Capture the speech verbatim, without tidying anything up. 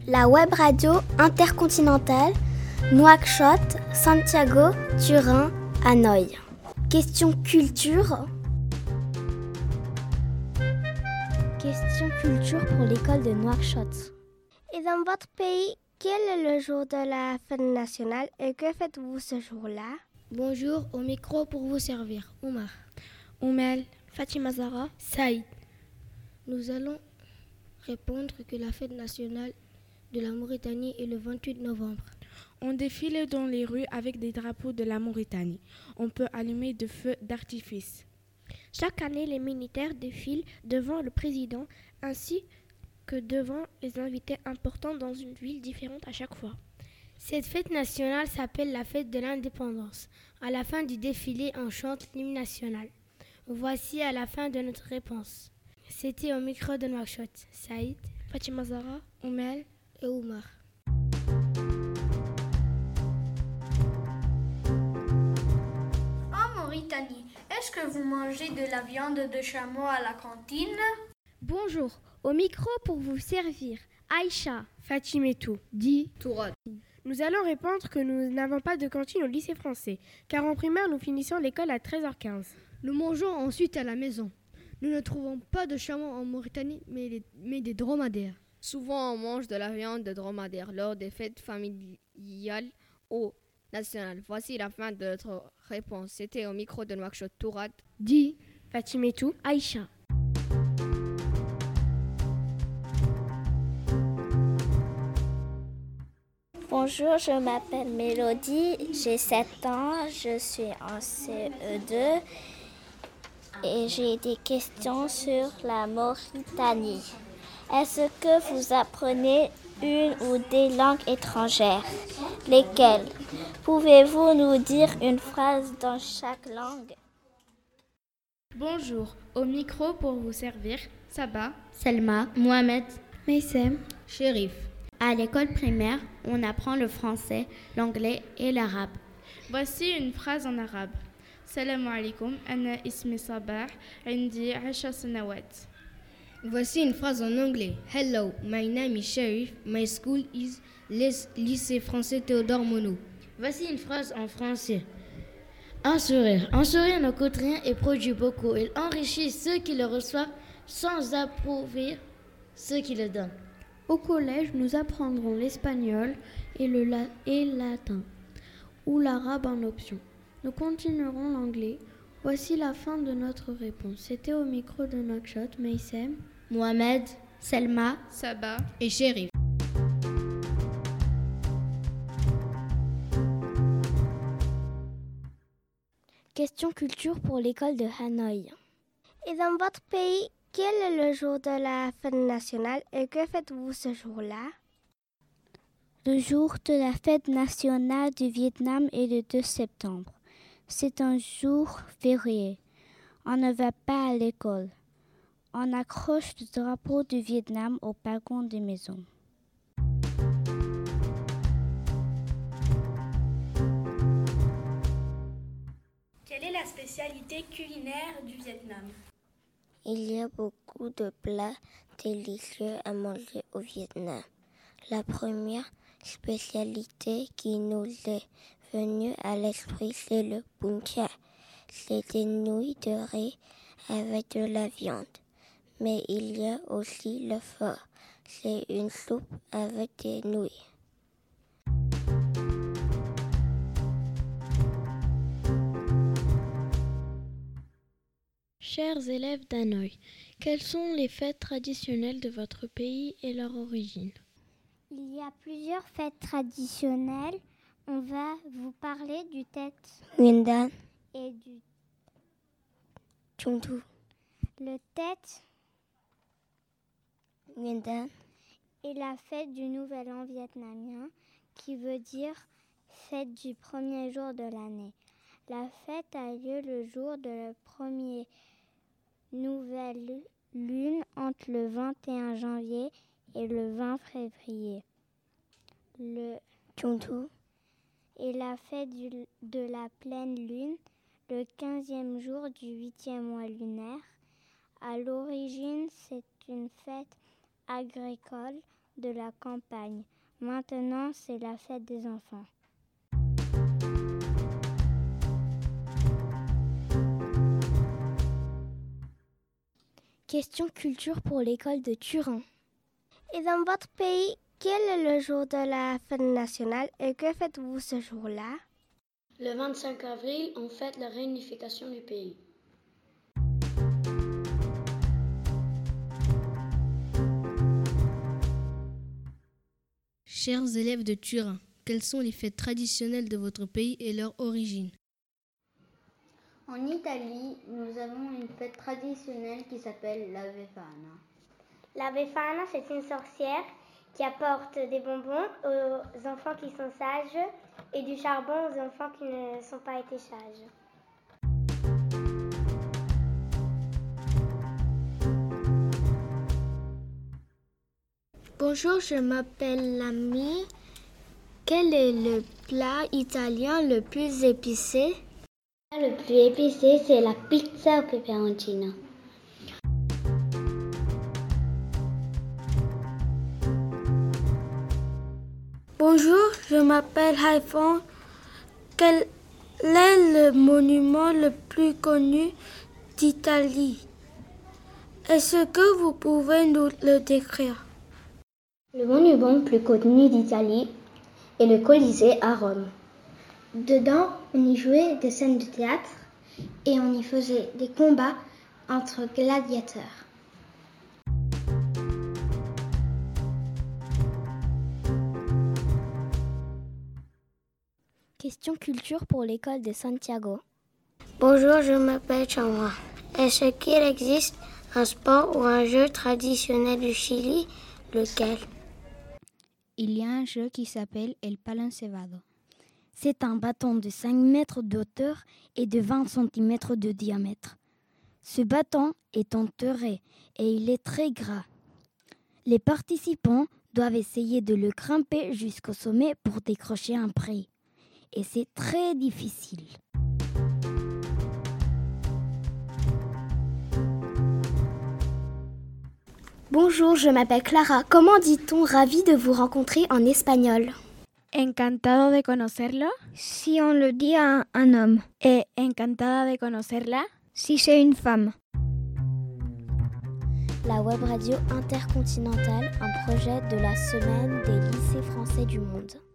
La web radio intercontinentale Nouakchott, Santiago, Turin, Hanoï. Question culture. Question culture pour l'école de Nouakchott. Et dans votre pays, quel est le jour de la fête nationale et que faites-vous ce jour-là? Bonjour, au micro pour vous servir, Oumar, Oumel, Fatima Zara, Saïd. Nous allons répondre que la fête nationale de la Mauritanie est le vingt-huit novembre. On défile dans les rues avec des drapeaux de la Mauritanie. On peut allumer de feux d'artifice. Chaque année, les militaires défilent devant le président ainsi que devant les invités importants dans une ville différente à chaque fois. Cette fête nationale s'appelle la fête de l'indépendance. À la fin du défilé, on chante l'hymne national. Voici à la fin de notre réponse. C'était au micro de Nouakchott. Saïd, Fatima Zara, Oumel et Oumar. En Mauritanie, est-ce que vous mangez de la viande de chameau à la cantine? Bonjour, au micro pour vous servir, Aïcha, Fatimetou, Di, Tourad. Nous allons répondre que nous n'avons pas de cantine au lycée français, car en primaire, nous finissons l'école à treize heures quinze. Nous mangeons ensuite à la maison. Nous ne trouvons pas de chameau en Mauritanie, mais, les, mais des dromadaires. Souvent, on mange de la viande de dromadaire lors des fêtes familiales ou nationales. Voici la fin de notre réponse. C'était au micro de Nouakchott, Tourad, Di, Fatimetou, Aïcha. Bonjour, je m'appelle Mélodie, j'ai sept ans, je suis en C E deux et j'ai des questions sur la Mauritanie. Est-ce que vous apprenez une ou des langues étrangères? Lesquelles? Pouvez-vous nous dire une phrase dans chaque langue? Bonjour, au micro pour vous servir, Saba, Selma, Mohamed, Meissem, Chérif. À l'école primaire, on apprend le français, l'anglais et l'arabe. Voici une phrase en arabe. Salam alaikum, ana ismi Sabah, indi asha sanawat. Voici une phrase en anglais. Hello, my name is Sherif. My school is lycée français Théodore Monod. Voici une phrase en français. Un sourire. Un sourire ne coûte rien et produit beaucoup. Il enrichit ceux qui le reçoivent sans appauvrir ceux qui le donnent. Au collège, nous apprendrons l'espagnol et le la- et latin, ou l'arabe en option. Nous continuerons l'anglais. Voici la fin de notre réponse. C'était au micro de Nouakchott, Meissem, Mohamed, Selma, Saba et Chérif. Question culture pour l'école de Hanoï. Et dans votre pays, quel est le jour de la fête nationale et que faites-vous ce jour-là? Le jour de la fête nationale du Vietnam est le deux septembre. C'est un jour férié. On ne va pas à l'école. On accroche le drapeau du Vietnam au balcon des maisons. Quelle est la spécialité culinaire du Vietnam? Il y a beaucoup de plats délicieux à manger au Vietnam. La première spécialité qui nous est venue à l'esprit, c'est le bún chả. C'est des nouilles de riz avec de la viande. Mais il y a aussi le pho. C'est une soupe avec des nouilles. Chers élèves d'Hanoï, quelles sont les fêtes traditionnelles de votre pays et leur origine? Il y a plusieurs fêtes traditionnelles. On va vous parler du Tết Nguyên đán et du Trung thu. Le Tết Nguyên đán est la fête du Nouvel An vietnamien qui veut dire fête du premier jour de l'année. La fête a lieu le jour de la première nouvelle lune entre le vingt et un janvier et le vingt février. Le Trung thu est la fête du, de la pleine lune, le quinzième jour du huitième mois lunaire. À l'origine, c'est une fête agricole. de la campagne. Maintenant, c'est la fête des enfants. Question culture pour l'école de Turin. Et dans votre pays, quel est le jour de la fête nationale et que faites-vous ce jour-là? Le vingt-cinq avril, on fête la réunification du pays. Chers élèves de Turin, quelles sont les fêtes traditionnelles de votre pays et leur origine? En Italie, nous avons une fête traditionnelle qui s'appelle la Befana. La Befana, c'est une sorcière qui apporte des bonbons aux enfants qui sont sages et du charbon aux enfants qui ne sont pas été sages. Bonjour, je m'appelle Lamy. Quel est le plat italien le plus épicé? Le plus épicé, c'est la pizza au peperoncino. Bonjour, je m'appelle Haifon. Quel est le monument le plus connu d'Italie? Est-ce que vous pouvez nous le décrire? Le monument le plus connu d'Italie est le Colisée à Rome. Dedans, on y jouait des scènes de théâtre et on y faisait des combats entre gladiateurs. Question culture pour l'école de Santiago. Bonjour, je m'appelle Chamra. Est-ce qu'il existe un sport ou un jeu traditionnel du Chili? Lequel? Il y a un jeu qui s'appelle El Palo Encebado. C'est un bâton de cinq mètres de hauteur et de vingt centimètres de diamètre. Ce bâton est enterré et il est très gras. Les participants doivent essayer de le grimper jusqu'au sommet pour décrocher un prix. Et c'est très difficile. Bonjour, je m'appelle Clara. Comment dit-on ravi de vous rencontrer en espagnol? Encantado de conocerlo. Si on le dit à un, un homme. Et encantada de conocerla. Si c'est une femme. La web radio intercontinentale, un projet de la Semaine des lycées français du monde.